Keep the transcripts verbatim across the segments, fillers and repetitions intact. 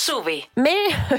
Suvi. Me,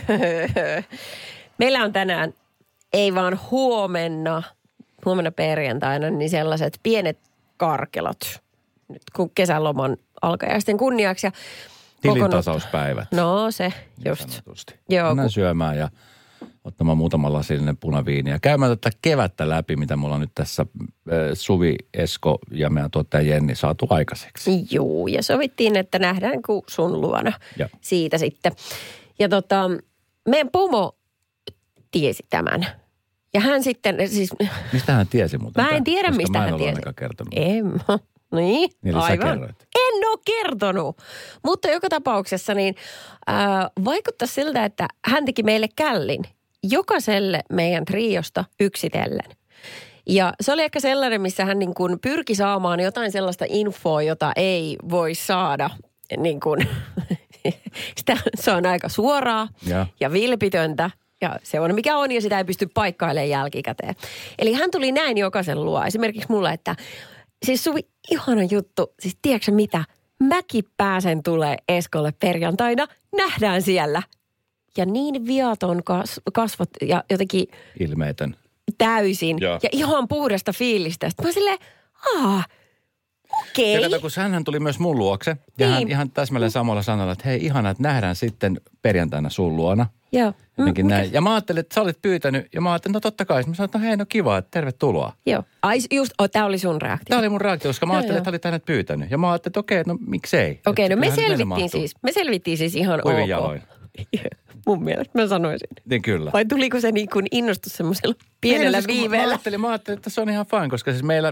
meillä on tänään, ei vaan huomenna, huomenna perjantaina, niin sellaiset pienet karkelot. Nyt kun kesäloman alkajaisten kunniaksi. Ja tilintasauspäivät. No se, just. Joo. Mennään kun... syömään ja ottamaan muutaman lasillinen punaviiniä. Käymään tätä kevättä läpi, mitä mulla on nyt tässä äh, Suvi, Esko ja meidän tuottaja Jenni saatu aikaiseksi. Joo, ja sovittiin, että nähdään kun sun luona ja. Siitä sitten. Ja tota, meidän pomo tiesi tämän. Ja hän sitten, siis... Mistä hän tiesi muuten? Mä en tiedä, koska mistä mä en hän tiesi. kertonut. En, niin, niin aivan. En ole kertonut. Mutta joka tapauksessa niin äh, vaikuttaa siltä, että hän teki meille källin jokaiselle meidän triosta yksitellen. Ja se oli ehkä sellainen, missä hän niin kuin pyrki saamaan jotain sellaista infoa, jota ei voi saada niin kuin, sitä, se on aika suoraa ja, ja vilpitöntä. Ja se on mikä on ja sitä ei pysty paikkailemaan jälkikäteen. Eli hän tuli näin jokaisen luo. Esimerkiksi mulle, että siis Suvi, ihana juttu. Siis tiedätkö mitä? Mäkin pääsen tulee Eskolle perjantaina. Nähdään siellä. Ja niin viaton kas, kasvot ja jotenkin... Ilmeetön. Täysin. Ja, ja ihan puhdasta fiilistä. Sitten mä silleen, aah, okei. Okay. Ja kato, kun hänhän tuli myös mun luokse. Ja niin. Hän ihan täsmälleen samalla sanalla, että hei, ihana, että nähdään sitten perjantaina sun luona. Joo. Mm, näin. Ja mä ajattelin, että sä olit pyytänyt, ja mä ajattelin, no totta kai. Mä sanoin, että no hei, no kiva, että tervetuloa. Joo. Ai just, oh, tää oli sun reaktio. Tää oli mun reaktio, koska mä no, ajattelin, joo. että olit hänet pyytänyt. Ja mä ajattelin, että okei, no miksei. Okei, okay, no me selvittiin siis. Me selvittiin siis ihan Kuivin ok. jaloin. Mun mielestä mä sanoisin. Niin kyllä. Vai tuliko se niin kuin innostus semmoisella pienellä siis, viiveellä? Mä ajattelin, mä ajattelin, että se on ihan fine, koska siis meillä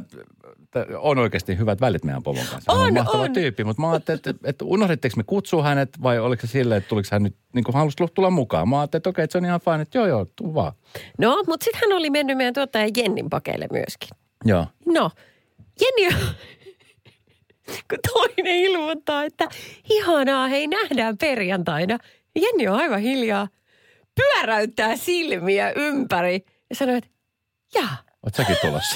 on oikeasti hyvät välit meidän pomon kanssa. On, hän on mahtava on. tyyppi, mutta mä ajattelin, että, että unohditteko me kutsua hänet vai oliko se silleen, että tuliko hän nyt, niin kuin halusi tulla mukaan. Mä ajattelin, että okei, että se on ihan fine, että joo joo, tuu vaan. No, mutta sitten hän oli mennyt meidän tuottaja Jennin pakeille myöskin. Joo. No, Jenni kun toinen ilmoittaa, että ihanaa, hei nähdään perjantaina. Jenni on aivan hiljaa, pyöräyttää silmiä ympäri ja sanoo, että jaa. Oot säkin tulossa?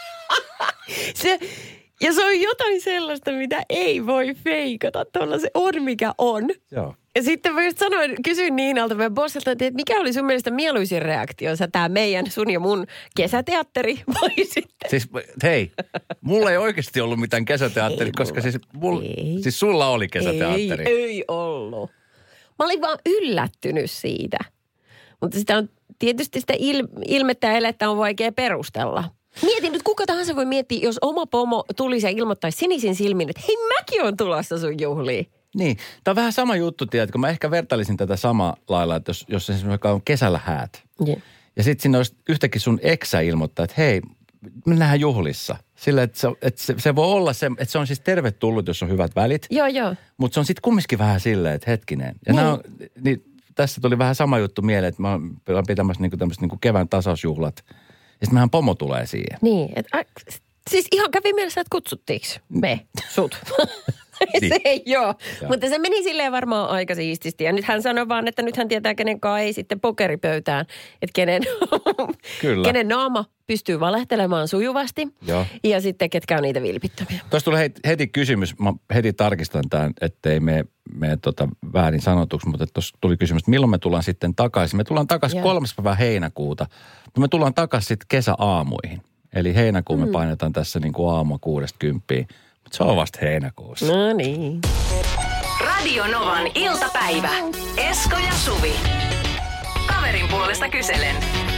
se, ja se on jotain sellaista, mitä ei voi feikata. Tuolla se on, mikä on. Joo. Ja sitten mä just sanoin, kysyin Niinalta meidän bossilta, että mikä oli sun mielestä mieluisin reaktionsa, tämä meidän, sun ja mun kesäteatteri vai sitten? Siis hei, mulla ei oikeasti ollut mitään kesäteatteri, ei koska siis, mul, siis sulla oli kesäteatteri. Ei, ei ollut. Mä olin vaan yllättynyt siitä. Mutta sitä on tietysti sitä il, ilmettä ja elettä on vaikea perustella. Mietin nyt, kuka tahansa voi miettiä, jos oma pomo tulisi ja ilmoittaisi sinisin silmin, että hei mäkin on tulossa sun juhliin. Niin, tämä on vähän sama juttu, tiedätkö? Mä ehkä vertailisin tätä samalla lailla, että jos, jos esimerkiksi on kesällä häät. Yeah. Ja sitten sinne olisi yhtäkkiä sun eksä ilmoittaa, että hei, me nähdään juhlissa. Sillä, että, se, että se, se voi olla se, että se on siis tervetullut, jos on hyvät välit. Joo, joo. Mutta se on sitten kumminkin vähän silleen, että hetkinen. Ja niin. On, niin, tässä tuli vähän sama juttu mieleen, että mä olen pitämässä niinku tämmöiset niinku kevään tasausjuhlat. Ja sitten mehän pomo tulee siihen. Niin, että siis ihan kävi mielessä, että kutsuttiinko me sut? Niin. Se ei ole. Mutta se meni silleen varmaan aika siististi. Ja nyt hän sanoi vaan, että nyt hän tietää, kenen kanssa ei sitten pokeripöytään. Että kenen, kenen naama pystyy valehtelemaan sujuvasti. Joo. Ja sitten ketkä on niitä vilpittömiä. Tuossa tuli heti, heti kysymys. Mä heti tarkistan tämän, ettei me, me tota väärin sanotuksi. Mutta tuossa tuli kysymys, että milloin me tullaan sitten takaisin. Me tullaan takaisin kolmas päivä heinäkuuta. Mutta me tullaan takaisin sitten kesäaamuihin. Eli heinäkuun mm. me painetaan tässä niin kuin aamua kuudesta kymppiin. Mutta se on vasta heinäkuussa. No niin. Radio Novan iltapäivä. Esko ja Suvi. Kaverin puolesta kyselen.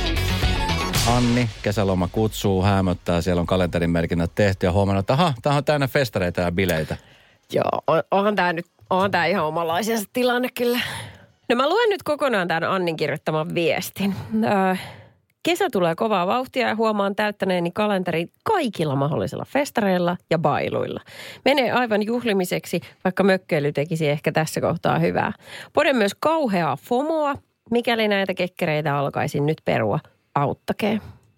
Anni, kesäloma kutsuu, häämöttää. Siellä on kalenterin merkinnät tehty ja huomannut, että aha, tämä on täynnä festareita ja bileitä. Joo, on, onhan tämä nyt, onhan tämä ihan omanlaisensa tilanne kyllä. No mä luen nyt kokonaan tämän Annin kirjoittaman viestin. Öö, Kesä tulee kovaa vauhtia ja huomaan täyttäneeni kalenterin kaikilla mahdollisilla festareilla ja bailuilla. Menee aivan juhlimiseksi, vaikka mökkeily tekisi ehkä tässä kohtaa hyvää. Poden myös kauheaa fomoa, mikäli näitä kekkereitä alkaisin nyt perua. Auttakee.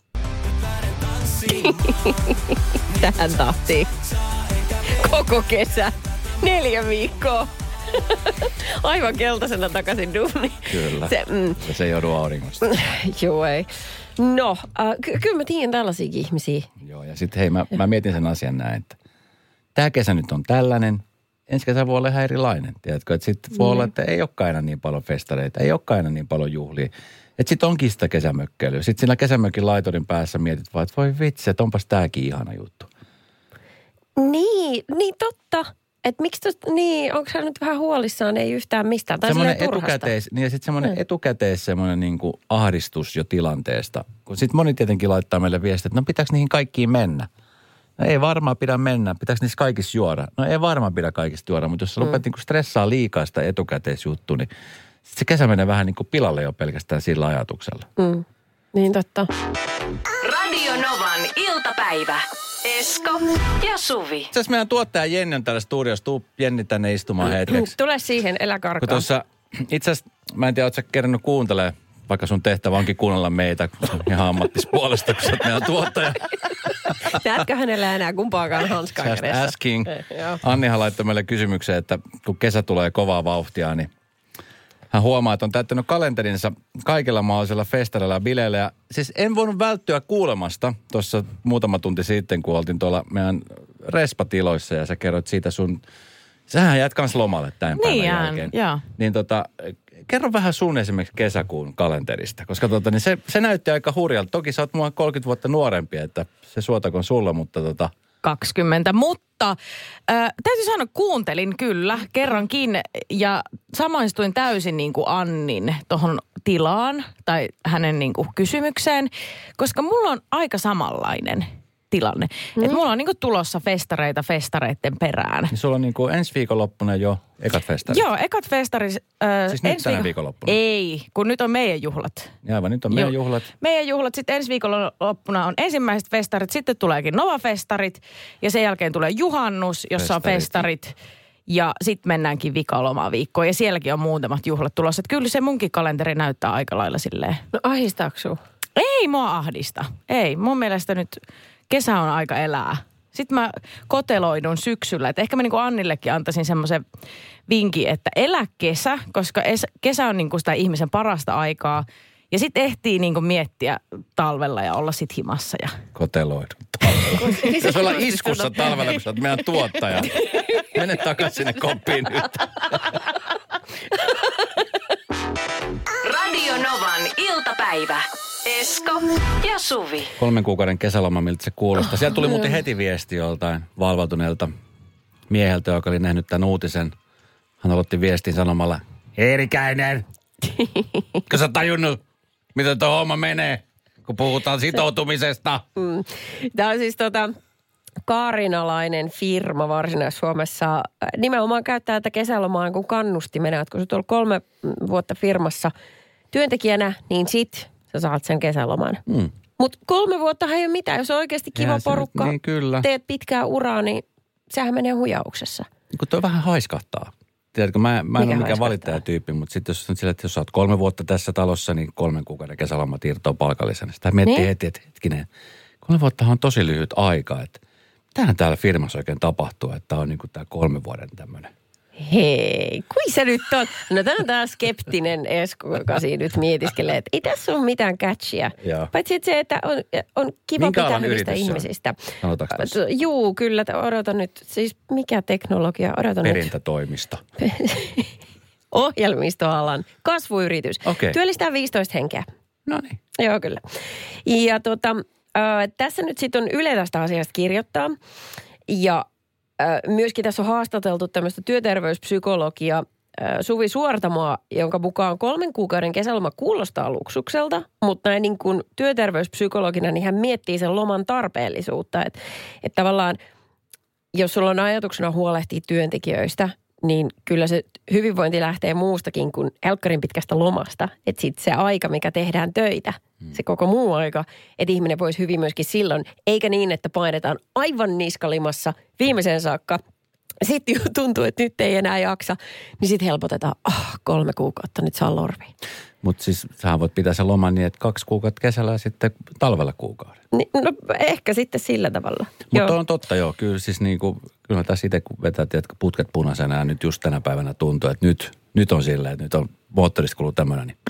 Tähän tahtiin. Koko kesä. Neljä viikkoa. Aivan keltaisena takaisin duuni. Kyllä. Se, mm. ja se ei joudu auringosta. Joo ei. No, äh, ky- kyllä mä tiedän tällaisiakin ihmisiä. Joo, ja sitten hei, mä, mä mietin sen asian näin, että tämä kesä nyt on tällainen, ensi kesä voi olla ihan erilainen, tiedätkö? Että sitten voi mm. olla, että ei olekaan aina niin paljon festareita, ei olekaan aina niin paljon juhlia. Että sitten onkin sitä kesämökkeilyä. Sitten siinä kesämökin laitorin päässä mietit vaan, että voi vitsi, että onpas tämäkin ihana juttu. Niin, niin totta. Että miksi tosta, niin, onko hän nyt vähän huolissaan, ei yhtään mistään, tai semmoinen etukäteis, niin ja sitten semmoinen mm. etukäteis semmoinen niin kuin ahdistus jo tilanteesta. Kun sitten moni tietenkin laittaa meille viestiä, että no pitääkö niihin kaikkiin mennä? No ei varmaan pidä mennä, pitääkö niissä kaikissa juoda? No ei varmaan pidä kaikista juoda, mutta jos sä mm. rupeat niin kuin stressaa liikaa sitä etukäteisjuttua, niin sit se kesä menee vähän niin kuin pilalle jo pelkästään sillä ajatuksella. Mm. Niin totta. Radio Novan iltapäivä. Esko ja Suvi. Itse asiassa meidän tuottaja Jenni on täällä studiossa. Tuu Jenni tänne istumaan hetkeksi. Tule siihen, elä karkaa. Tuossa, itse asiassa, mä en tiedä, ootko sä kerännyt kuuntelemaan, vaikka sun tehtävä onkin kuunnella meitä ihan ammattispuolesta, kun sä oot meidän tuottaja. Näetkö hänellä enää kumpaakaan hanskaa Just kädessä? asking. Annihan laittoi meille kysymyksen, että kun kesä tulee kovaa vauhtia, niin hän huomaa, että on täyttänyt kalenterinsa kaikilla mahdollisilla festareilla ja bileillä. Ja siis en voinut välttyä kuulemasta tuossa muutama tunti sitten, kun oltiin tuolla meidän respatiloissa ja sä kerroit siitä sun... Sähän jäät kans lomalle tämän niin päivän jälkeen. Joo. Niin tota, kerro vähän sun esimerkiksi kesäkuun kalenterista, koska tota, niin se, se näytti aika hurjalta. Toki sä oot mua kolmekymmentä vuotta nuorempi, että se suotakoon sulla, mutta tota... kaksikymmentä, mutta äh, täytyy sanoa, kuuntelin kyllä kerrankin ja samaistuin täysin niin kuin Annin tohon tilaan tai hänen niin kuin kysymykseen, koska mulla on aika samanlainen tilanne. Mm. Että mulla on niin kuin tulossa festareita festareiden perään. Niin sulla on niin kuin ensi viikonloppuna jo ekat festarit? Joo, ekat festarit. Äh, siis nyt tänä viikonloppuna? Ei, kun nyt on meidän juhlat. Ja aivan, nyt on meidän juhlat. Meidän juhlat, sitten ensi viikonloppuna on ensimmäiset festarit, sitten tuleekin Nova-festarit ja sen jälkeen tulee juhannus, jossa festarit. on festarit. Ja sitten mennäänkin vikalomaa viikkoon ja sielläkin on muutamat juhlat tulossa. Että kyllä se munkin kalenteri näyttää aika lailla silleen. No ahdistaako sinua? Ei mua ahdista. Ei, mun mielestä nyt kesä on aika elää. Sitten mä koteloidun syksyllä, että ehkä mä niin kuin Annillekin antaisin semmoisen vinkin, että elä kesä, koska kesä on niin kuin sitä ihmisen parasta aikaa. Ja sitten ehtii niin kuin miettiä talvella ja olla sit himassa. Ja... Koteloidun talvella. Jos ollaan iskussa talvella, kun sä oot meidän tuottaja. Mene takaisin sinne koppiin nyt. Radio Novan iltapäivä. Esko ja Suvi. Kolmen kuukauden kesäloma, miltä se kuulostaa. Sieltä tuli muuten heti viesti joltain valvautuneelta mieheltä, joka oli nähnyt tämän uutisen. Hän aloitti viestin sanomalla, Eerikäinen, kun sä tajunnut, miten tuo homma menee, kun puhutaan sitoutumisesta. Mm. Tämä on siis tota... kaarinalainen firma Varsinais-Suomessa nimenomaan käyttää tätä kesälomaa kun kannustimena, että kun sä oot kolme vuotta firmassa työntekijänä, niin sit sä saat sen kesäloman. Mm. Mutta kolme vuotta ei ole mitään. Jos on oikeasti kiva Jää porukka, niin kyllä. teet pitkää uraa, niin sehän menee huijauksessa. Kun toi vähän haiskahtaa. Tiedätkö, mä, mä en ole mikään valittajatyyppi, mutta sitten jos on sillä, että jos sä oot kolme vuotta tässä talossa, niin kolmen kuukauden kesälomat irtoaa palkallisena. Sitä miettii niin? heti, että hetkinen, kolme vuottahan on tosi lyhyt aika, että mitähän täällä firmassa oikein tapahtuu, että on niin kuin tämä kolmen vuoden tämmöinen. Hei, kui se nyt on? No tämä on tämä skeptinen Esko, joka siinä nyt mietiskelee, että ei tässä ole mitään catchia. Paitsi että se, että on, on kiva Minkä pitää hyvistä ihmisistä. Sanotaanko tässä? Juu, kyllä. Odotan nyt. Siis mikä teknologia? Odotan Perintätoimisto. nyt. Ohjelmistoalan kasvuyritys. Okay. Työllistää viisitoista henkeä. No niin. Joo, kyllä. Ja tota, äh, tässä nyt sitten on Yle tästä asiasta kirjoittaa. Ja äh, myöskin tässä on haastateltu tämmöistä työterveyspsykologia äh, Suvi Suortamoa, jonka mukaan kolmen kuukauden kesäloma kuulostaa luksukselta, mutta näin niin kuin työterveyspsykologina, niin hän miettii sen loman tarpeellisuutta. Että et tavallaan, jos sulla on ajatuksena huolehtia työntekijöistä, niin kyllä se hyvinvointi lähtee muustakin kuin helkkarin pitkästä lomasta. Että sitten se aika, mikä tehdään töitä, se koko muu aika, että ihminen voisi hyvin myöskin silloin, eikä niin, että painetaan aivan niskalimassa viimeiseen saakka. Sitten tuntuu, että nyt ei enää jaksa, niin sitten helpotetaan, ah, kolme kuukautta, nyt saa lorvi. Mutta siis sähän voit pitää sen loman niin, että kaksi kuukautta kesällä ja sitten talvella kuukauden. Ni, no ehkä sitten sillä tavalla. Mutta on totta joo, kyllä siis niin kuin, kyllä mä tässä itse kun vetää, tiedätkö, putket punaisena ja nyt just tänä päivänä tuntuu, että nyt, nyt on silleen, että nyt on moottorista kuluu tämmöinen, niin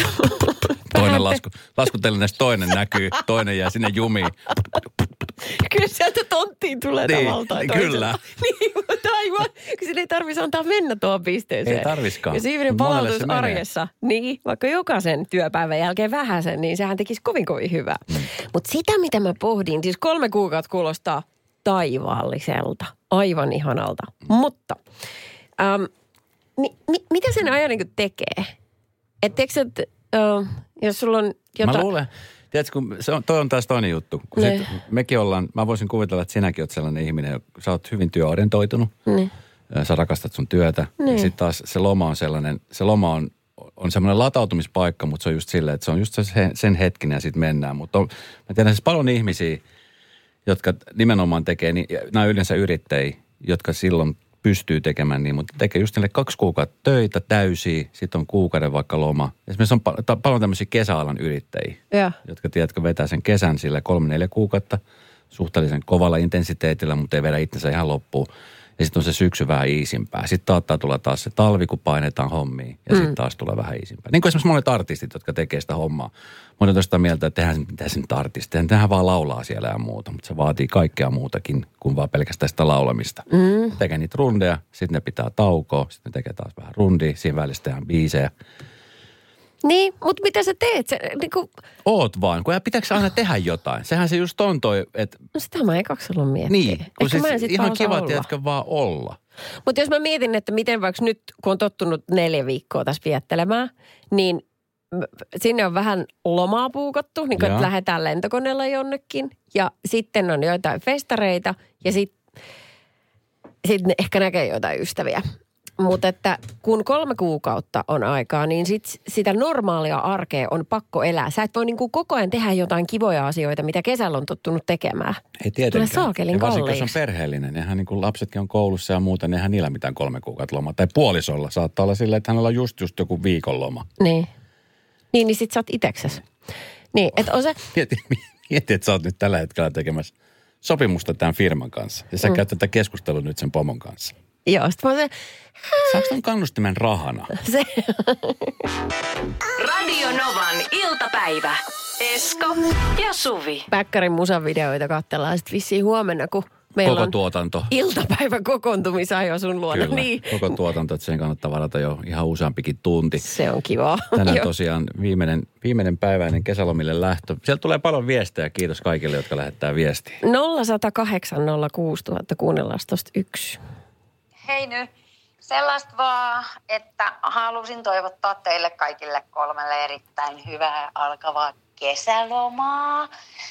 toinen lasku, laskutelinnes toinen näkyy, toinen jää sinne jumiin. Kyllä sieltä tonttiin tulee Niin, tavalla tai kyllä. Niin, mutta aivan, kun sinne ei tarvitsisi antaa mennä tuohon pisteeseen. Ei tarviskaan. Ja siivinen Mut monelle palautus se menee. arjessa, niin vaikka jokaisen työpäivän jälkeen vähäsen, niin sehän tekisi kovin kovin hyvää. Mm. Mutta sitä, mitä mä pohdin, siis kolme kuukautta kuulostaa taivaalliselta, aivan ihanalta. Mm. Mutta äm, mi, mi, mitä sen ajan niin tekee? Että et, äh, jos sulla on jotain... Mä luulen, tiedätkö, kun se on, toi on taas toinen juttu. Kun sit mekin ollaan, mä voisin kuvitella, että sinäkin oot sellainen ihminen, sä oot hyvin työorientoitunut. Ne. Sä rakastat sun työtä. Ne. Ja sitten taas se loma on sellainen, se loma on, on semmoinen latautumispaikka, mutta se on just silleen, että se on just se, sen hetkinen ja sitten mennään. Mutta on, mä tiedän siis paljon ihmisiä, jotka nimenomaan tekee, niin, nämä yleensä yrittäjiä, jotka silloin pystyy tekemään niin, mutta tekee just niille kaksi kuukautta töitä täysiä, sitten on kuukauden vaikka loma. Esimerkiksi on pal- paljon tämmöisiä kesäalan yrittäjiä, ja. jotka tiedätkö vetää sen kesän sille kolme neljä kuukautta suhteellisen kovalla intensiteetillä, mutta ei vedä itsensä ihan loppuun. Ja sitten on se syksy vähän iisimpää. Sitten taattaa tulla taas se talvi, kun painetaan hommiin. Ja sitten taas tulee vähän iisimpää. Niin kuin esimerkiksi monet artistit, jotka tekee sitä hommaa. Monet on sitä mieltä, että tehdään mitä se nyt artisti. Tehdään vaan laulaa siellä ja muuta. Mutta se vaatii kaikkea muutakin kuin vaan pelkästään sitä laulamista. Mm. Tekee niitä rundeja, sitten ne pitää taukoa. Sitten ne tekee taas vähän rundia. Siinä välissä tehdään biisejä. Niin, mutta mitä sä teet? Se, niin kun... Oot vaan, kun pitääkö aina tehdä jotain? Sehän se just on toi, että... No sitä mä ekaksi ollut miettiä. Niin, kun siis ihan kiva, tiedätkö, vaan olla. Mutta jos mä mietin, että miten vaikka nyt, kun on tottunut neljä viikkoa tässä viettelemään, niin sinne on vähän lomaa puukattu, niin kun lähdetään lentokoneella jonnekin. Ja sitten on joitain festareita ja sitten sit ehkä näkee joitain ystäviä. Mutta että kun kolme kuukautta on aikaa, niin sit sitä normaalia arkea on pakko elää. Sä et voi niinku koko ajan tehdä jotain kivoja asioita, mitä kesällä on tottunut tekemään. Ei tietenkään. Tulee saakelin kalliiksi. Varsinkin jos on perheellinen. Nehän niin kuin lapsetkin on koulussa ja muuta, niin eihän niillä mitään kolme kuukautta lomaa. Tai puolisolla saattaa olla silleen, että hänellä on just just joku viikon loma. Niin. Niin, niin sit sä oot itseksesi. Niin, että on se... Mieti, mieti, että sä oot nyt tällä hetkellä tekemässä sopimusta tämän firman kanssa. Ja sä mm. käyt tätä keskustelua nyt sen pomon kanssa. Joo, sit mä oon se... Saanko ton kannustimen rahana? Se... Radio Novan iltapäivä. Esko ja Suvi. Päkkärin musavideoita katsellaan sit vissiin huomenna, kun meillä koko on tuotanto. Iltapäivä kokoontumisajo sun luona. Kyllä, niin. koko tuotanto, että sen kannattaa varata jo ihan useampikin tunti. Se on kivaa. Tänään tosiaan viimeinen, viimeinen päiväinen kesälomille lähtö. Sieltä tulee paljon viestejä. Kiitos kaikille, jotka lähettää viestiä. nolla yksi nolla kahdeksan nolla kuusi nolla nolla nolla kuunnellaan tosta yksi. Hei nyt. Sellaista vaan, että halusin toivottaa teille kaikille kolmelle erittäin hyvää alkavaa kesälomaa.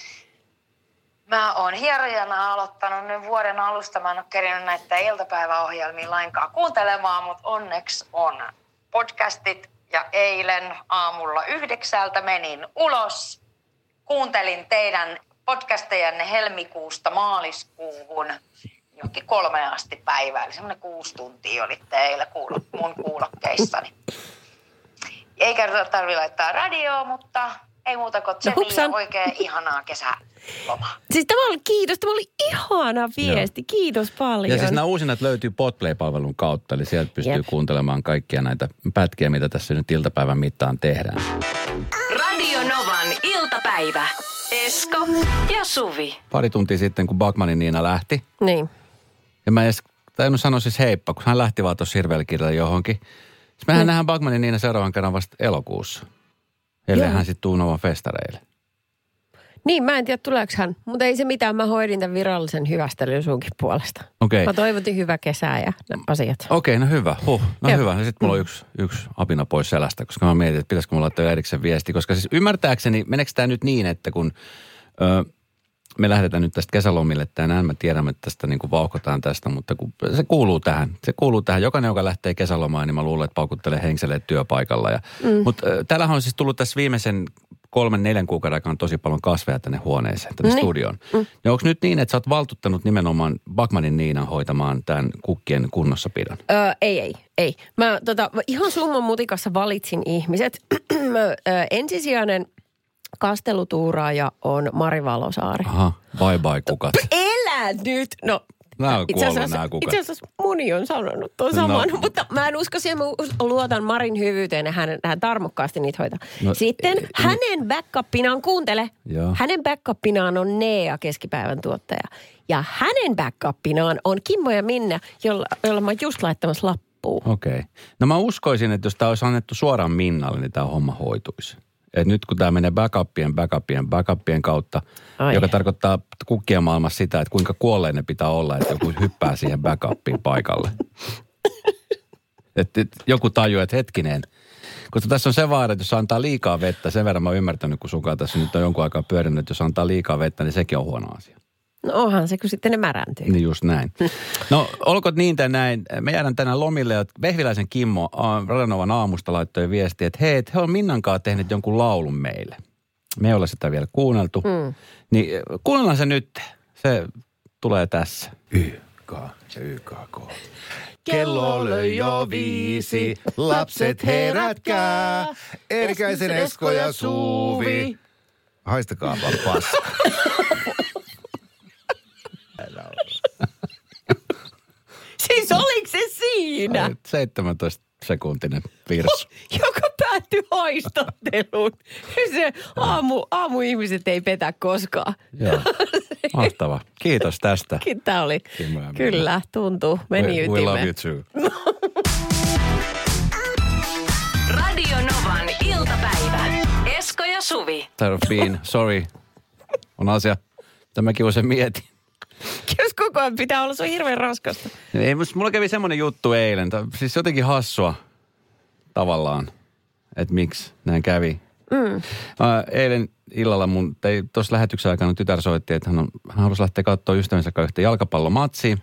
Mä oon hierojana aloittanut nyt vuoden alusta. Mä en ole kerinyt näitä iltapäiväohjelmia lainkaan kuuntelemaan, mutta onneksi on podcastit. Ja eilen aamulla yhdeksältä menin ulos. Kuuntelin teidän podcastejanne helmikuusta maaliskuuhun. Johonkin kolmeen asti päivää, eli semmoinen kuusi tuntia oli teillä kuulo, mun kuulokkeissani. Ei kertaa tarvitse laittaa radioa, mutta ei muuta kuin tsemiä no, oikein ihanaa kesälomaa. Siis tämä oli, kiitos, tämä oli ihana viesti, no. Kiitos paljon. Ja siis nämä uusinnat löytyy Podplay-palvelun kautta, eli sieltä pystyy Jep. kuuntelemaan kaikkia näitä pätkiä, mitä tässä nyt iltapäivän mittaan tehdään. Radio Novan iltapäivä. Esko ja Suvi. Pari tuntia sitten, kun Backmanin Niina lähti. Niin. Ja mä edes tainnut sanoa siis heippa, kun hän lähti vaan tuossa Hirveellä johonkin. Siis mehän mm. nähdään Backmanin Niina seuraavan kerran vasta elokuussa. Ellei hän sitten tuu Novan festareille. Niin, mä en tiedä tuleeko hän, mutta ei se mitään. Mä hoidin tämän virallisen hyvästelyn sunkin puolesta. Okei. Mä toivotin hyvää kesää ja asiat. Okei, no hyvä. Huh, no Jep. hyvä. Ja sitten mulla on yksi, yksi apina pois selästä, koska mä mietin, että pitäisikö mulla laittaa erikseen viesti. Koska siis ymmärtääkseni, meneekö tämä nyt niin, että kun... Ö, me lähdetään nyt tästä kesälomille tänään. Mä tiedän, että tästä niin kuin vauhkotaan tästä, mutta kun se kuuluu tähän. Se kuuluu tähän. Jokainen, joka lähtee kesälomaan, niin mä luulen, että paukuttelee henkselee työpaikalla. Ja, mm. Mutta äh, täällähän on siis tullut tässä viimeisen kolmen, neljän kuukauden aikaan tosi paljon kasveja tänne huoneeseen, tänne niin. studioon. Mm. Ja onko nyt niin, että sä oot valtuuttanut nimenomaan Backmanin Niinan hoitamaan tämän kukkien kunnossapidon? Öö, ei, ei, ei. Mä tota, ihan summan mutikassa valitsin ihmiset. öö, ensisijainen... Kastelutuuraaja on Mari Valosaari. Aha, bye bye kukat. Elä nyt! No, Nämä on Itse kuollut asiassa, nämä kukat. itse asiassa moni on sanonut tuon saman, no. Mutta mä en usko siihen, mä luotan Marin hyvyyteen ja hän, hän tarmokkaasti niitä hoitaa. No, Sitten e, hänen backupinaan, kuuntele, joo. hänen backupinaan on Nea, keskipäivän tuottaja. Ja hänen backupinaan on Kimmo ja Minna, jolla, jolla mä oon just laittamassa lappuun. Okei. Okay. No mä uskoisin, että jos tää olisi annettu suoraan Minnalle, niin tää homma hoituisi. Et nyt kun tämä menee backupien, backupien, backupien kautta, Ai. joka tarkoittaa kukkien maailmassa sitä, että kuinka kuolleinen pitää olla, että joku hyppää siihen backupiin paikalle. Et, et, joku tajuaa, että hetkinen. Koska tässä on se vaara, että jos antaa liikaa vettä, sen verran mä oon ymmärtänyt, kun sunkaan tässä nyt on jonkun aikaa pyörinyt, että jos antaa liikaa vettä, niin sekin on huono asia. No onhan se, kun sitten ne märäntyy. Niin just näin. No olkoon niin tai näin. Me jäädään tänään lomille, että Vehviläisen Kimmo Radanovan aamusta laittoi viestiä, että hei, he on Minnankaan tehnyt jonkun laulun meille. Me ei olla sitä vielä kuunneltu. Mm. Niin kuunnellaan se nyt. Se tulee tässä. Y, K ja Y, K, K. Kello löi jo viisi, lapset herätkää, Eerikäisen Esko ja Suuvi. Haistakaapa paska. Siis oliko se siinä? seitsemäntoista sekuntinen virsu. Joka päättyi haistatteluun. Se aamu, aamuihmiset ei petä koskaan. Joo, mahtava. Kiitos tästä. Tämä oli, kyllä, tuntuu. Meni we, ytimeen. We love you too. Radio Novan iltapäivä. Esko ja Suvi. Tired of being sorry. On asia. Tämäkin usein mietin. Jos koko ajan pitää olla, se on hirveän raskasta. Ei, mulla kävi semmoinen juttu eilen. Siis jotenkin hassua tavallaan, että miksi näin kävi. Mm. Eilen illalla mun, tuossa lähetyksen aikana tytär soitti, että hän, on, hän halusi lähteä katsoa ystävänsä kanssa jalkapallomatsia.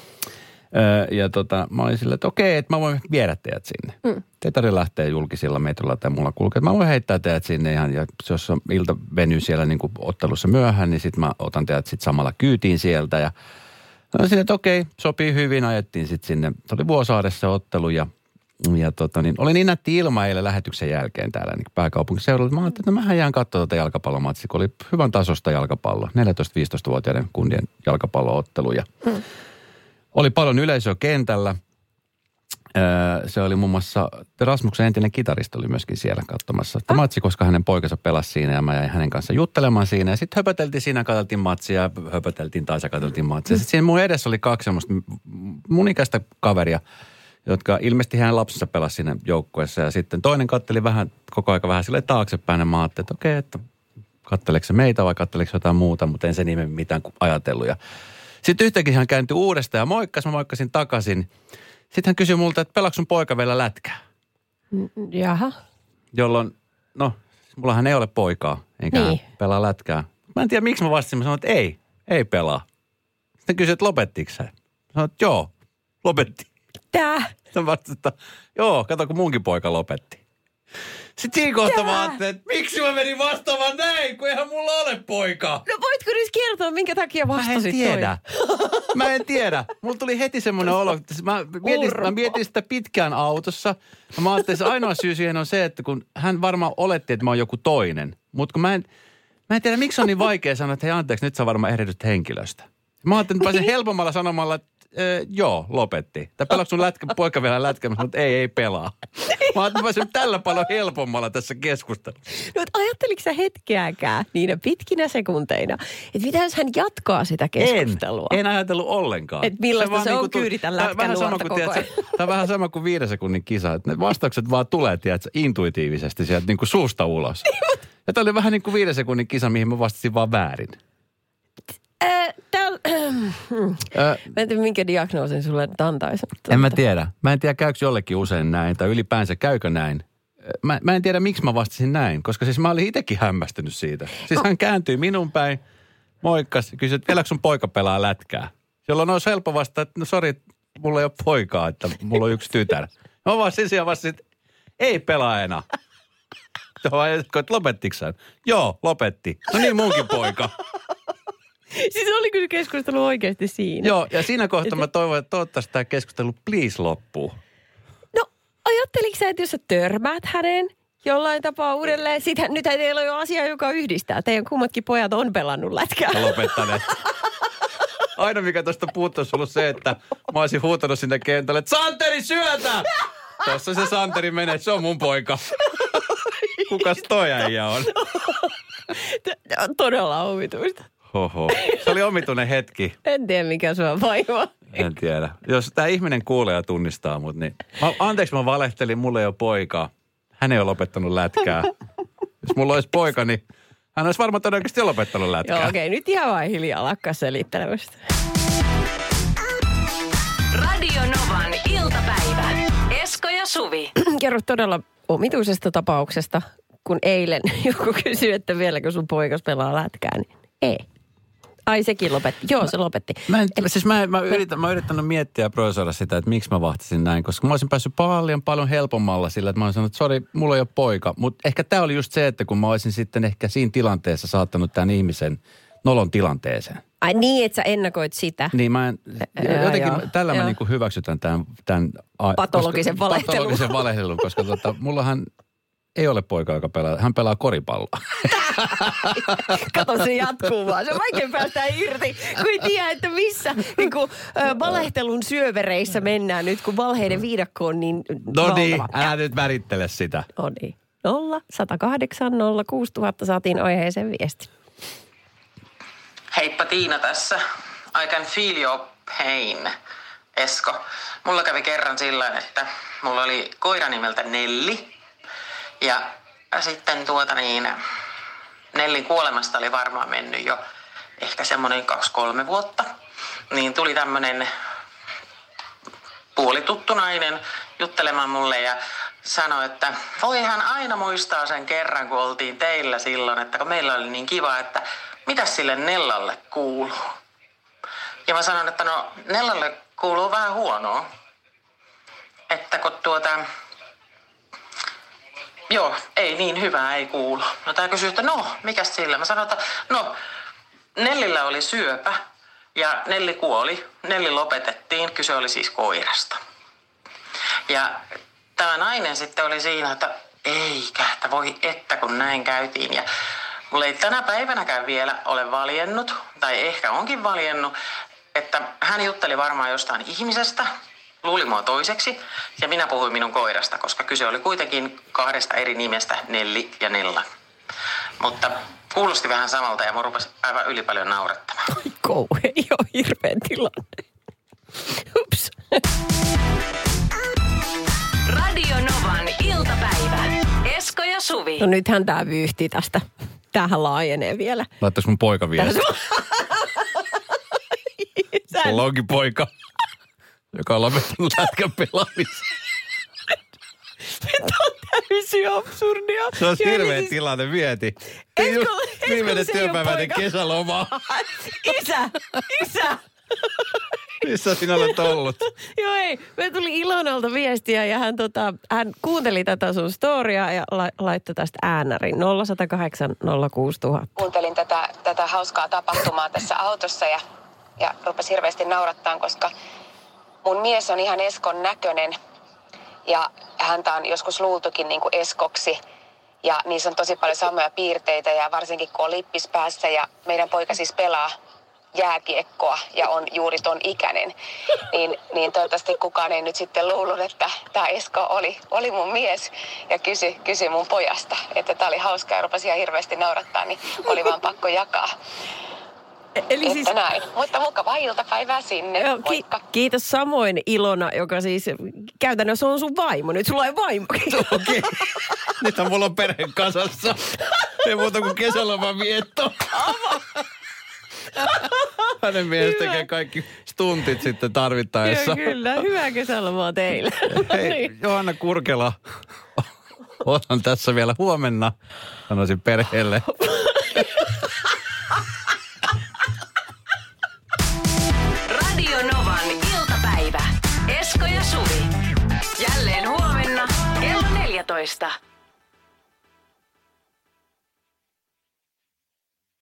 Ja tota, mä olin silleen, että okei, että mä voin viedä teidät sinne. Mm. Te ei tarvitse lähteä julkisilla metrolla tai mulla kulkea. Mä voin heittää teidät sinne ihan, ja jos on ilta venyy siellä niin kuin ottelussa myöhään, niin sit mä otan teidät sit samalla kyytiin sieltä. Ja no sinne, että okei, sopii hyvin, ajettiin sit sinne. Se oli Vuosaaressa ottelu ja, ja tota niin, oli niin nätti ilma eilen lähetyksen jälkeen täällä niin pääkaupunkiseudulla. Mä ajattelin, että no mähän jään katsoa tätä jalkapallomatsia, kun oli hyvän tasosta jalkapallo. neljätoista-viisitoista-vuotiaiden kundien jalkapallo-ottelu ja mm. oli paljon yleisöä kentällä. Se oli muun muassa, Rasmuksen entinen kitaristi oli myöskin siellä katsomassa sitä matsi, koska hänen poikansa pelasi siinä ja mä jäin hänen kanssa juttelemaan siinä. Ja sitten höpöteltiin siinä, katseltiin matsia ja höpöteltiin taas ja katseltiin matsia. Sitten siinä mun edessä oli kaksi semmoista mun ikäistä kaveria, jotka ilmeisesti hänen lapsensa pelasi siinä joukkueessa. Ja sitten toinen katteli vähän, koko aika vähän silleen taaksepäin ja mä ajattelin, että okei, että katteleeko se meitä vai katteleeko jotain muuta, mutta en sen nimen mitään ajatellut. Ja sitten yhtäkkiä hän kääntyi uudestaan ja moikkasi, mä moikkasin takaisin. Sitten hän kysyi multa, että pelaako sun poika vielä lätkää? Jaha. Jolloin, no, mullahan ei ole poikaa, enkä niin. pelaa lätkää. Mä en tiedä, miksi mä vastasin. Mä sanoin, että ei, ei pelaa. Sitten kysyi, että lopettiko sä? Mä sanoin, että joo, lopetti. Tää? Sitten vastasin, että joo, kato kun munkin poika lopetti. Sitten siinä kohtaa mä ajattelin, että miksi mä menin vastaamaan näin, kun eihän mulla ole poikaa. No voitko nyt kertoa, minkä takia vastasit? Mä en tiedä. Toi? Mä en tiedä. Mulla tuli heti semmoinen olo, että mä mietin, mä mietin sitä pitkään autossa. Mä ajattelin, että se ainoa syy siihen on se, että kun hän varmaan oletti, että mä oon joku toinen. Mutta kun mä en, mä en tiedä, miksi on niin vaikea sanoa, että hei anteeksi, nyt sä varmaan ehdotit henkilöstä. Mä ajattelin, että pääsen helpommalla sanomalla, että Ee, joo, lopetti. Tai pelaako sun lätkä, poika vielä lätkä? Mä sanoin, että ei, ei pelaa. Mä ajattelin, että tällä paljon helpommalla tässä keskustelussa. No, ajatteliko sä hetkeäkään niinä pitkinä sekunteina, että mitä jos hän jatkaa sitä keskustelua? En, en ajatellut ollenkaan. Että millaista se, se on niin kyyditä lätkän nuorta koko ajan. Tämä on vähän sama kuin viiden sekunnin kisa. Että ne vastaukset vaan tulee, tiedätkö, intuitiivisesti sieltä niin kuin suusta ulos. Ja tämä oli vähän niin kuin viiden sekunnin kisa, mihin mä vastasin vaan väärin. Tää on, mä en tiedä, minkä diagnoosin sulle antaisin. En mä tiedä. Mä en tiedä, käykö jollekin usein näin, tai ylipäänsä käykö näin. Mä, mä en tiedä, miksi mä vastasin näin, koska siis mä olin itsekin hämmästynyt siitä. Siis hän kääntyi minun päin, moikkas, kysyi, että vieläkö sun poika pelaa lätkää? Jolloin olisi helppo vastata, että no sori, mulla ei ole poikaa, että mulla on yksi tytär. Mä vaan sen sijaan vastasin, että ei pelaa enää. Että lopettiko sä? Joo, lopetti. No niin, munkin poika. Siis oli kyllä keskustelu oikeasti siinä. Joo, ja siinä kohtaa mä toivon, että toivottavasti tämä keskustelu please loppuu. No, ajatteliko sä, että jos sä törmäät hänen jollain tapaa uudelleen, sitten nyt teillä on jo asia, joka yhdistää. Teidän kummatkin pojat on pelannut lätkää. Lopettaneet. Aina mikä tuosta puuttuisi ollut se, että mä olisin huutanut sinne kentälle, että Santeri syötä! Tuossa se Santeri menee, se on mun poika. Kukas toi äijä on? Todella omituista. Hoho. Se oli omituinen hetki. En tiedä, mikä sua vaivaa. En tiedä. Jos tämä ihminen kuulee ja tunnistaa mut, niin... Mä, anteeksi, mä valehtelin, mulla ei ole poikaa. Hän ei ole lopettanut lätkää. Jos mulla olisi poika, niin hän olisi varmaan todennäköisesti lopettanut lätkää. Joo, okei. Okay. Nyt ihan vain hiljaa lakkaa selittelemästä. Radio Novan iltapäivä. Esko ja Suvi. Kerro todella omituisesta tapauksesta, kun eilen joku kysyi, että vieläkö sun poikas pelaa lätkää, niin ei. Ai sekin lopetti. Joo, se lopetti. Mä, en, Eli, siis mä, mä, yritän, mä yrittänyt miettiä ja proisoida sitä, että miksi mä vahtisin näin, koska mä olisin päässyt paljon, paljon helpommalla sillä, että mä olisin sanonut, että sori, mulla ei ole poika. Mutta ehkä tää oli just se, että kun mä olisin sitten ehkä siinä tilanteessa saattanut tämän ihmisen nolon tilanteeseen. Ai niin, että sä ennakoit sitä. Niin mä en, ja, jotenkin joo, tällä joo. mä niinku hyväksytän tämän, tämän patologisen koska, valehtelun. Patologisen valehtelun, koska tota, mullahan ei ole poika, joka pelaa. Hän pelaa koripalloa. Kato, se jatkuu vaan. Se on vaikea päästä irti, kun ei tiedä, että missä niin kuin, ö, valehtelun syövereissä mennään nyt, kun valheiden viidakko on niin No niin, valtava. älä nyt värittele sitä. No niin. nolla sata kahdeksan nolla kuusi tuhatta saatiin aiheeseen viesti. Heippa, Tiina tässä. I can feel your pain, Esko. Mulla kävi kerran sillä, että mulla oli koira nimeltä Nelli. Ja sitten tuota niin, Nellin kuolemasta oli varmaan mennyt jo ehkä semmoinen kaksi kolme vuotta. Niin tuli tämmönen puolituttu nainen juttelemaan mulle ja sanoi, että voihan aina muistaa sen kerran, kun oltiin teillä silloin, että kun meillä oli niin kiva, että mitäs sille Nellalle kuuluu? Ja mä sanoin, että no Nellalle kuuluu vähän huonoa. Että kun tuota... Joo, ei niin hyvää, ei kuulu. No tää kysyy, että no, mikäs sillä? Mä sanoin, että no, Nellillä oli syöpä ja Nelli kuoli. Nelli lopetettiin, kyse oli siis koirasta. Ja tämä nainen sitten oli siinä, että eikä, että voi että kun näin käytiin. Ja mulla ei tänä päivänäkään vielä ole valjennut, tai ehkä onkin valjennut, että hän jutteli varmaan jostain ihmisestä, luuli mua toiseksi, ja minä puhuin minun koirasta, koska kyse oli kuitenkin kahdesta eri nimestä, Nelli ja Nella. Mutta kuulosti vähän samalta ja mun rupesi aivan yli paljon naurettamaan. Ai kauhean, jo hirveän tilanne. Ups. Radio Novan iltapäivä. Esko ja Suvi. No nythän tää vyyhti tästä. Tämähän laajenee vielä. Laittaisi mun poika viesti. Sä... Mulla onkin poika, joka on lopettanut lätkän pelaamisen. Tämä on täysin absurdia. Se on hirveä siis... tilanne, mieti. Esko, Just Esko, viimeinen se ei oo työpäiväinen poika. kesäloma. Isä, isä. Missä sinä olet ollut? Joo ei, me tuli Ilonalta viestiä ja hän, tota, hän kuunteli tätä sun storia ja la, laittoi tästä äänärin nolla sata kahdeksan nolla kuusi tuhatta. Kuuntelin tätä, tätä hauskaa tapahtumaa tässä autossa ja, ja rupesi hirveästi naurattaa, koska mun mies on ihan Eskon näköinen ja häntä on joskus luultukin niin kuin Eskoksi. Ja niissä on tosi paljon samoja piirteitä ja varsinkin kun on lippis päässä ja meidän poika siis pelaa jääkiekkoa ja on juuri ton ikäinen, niin, niin toivottavasti kukaan ei nyt sitten luullut, että tämä Esko oli, oli mun mies ja kysyi, kysyi mun pojasta, että tämä oli hauskaa ja rupesi ihan hirveästi naurattaa, niin oli vaan pakko jakaa. Eli että siis... näin. Mutta mukavaa iltapäivää sinne. Joo, ki- Moikka. kiitos samoin Ilona, joka siis käytännössä on sun vaimo. Nyt sulla ei vaimokin. Okei. Okay. Nythän mulla on perhe kasassa. Ei muuta kuin kesäloman vietto. Hänen mies tekee kaikki stuntit sitten tarvittaessa. Joo, kyllä. Hyvää kesälomaa teille. Hei, Johanna Kurkela. Otan tässä vielä huomenna, sanoisin perheelle. Radio Novan iltapäivä. Esko ja Suvi. Jälleen huomenna kello neljätoista.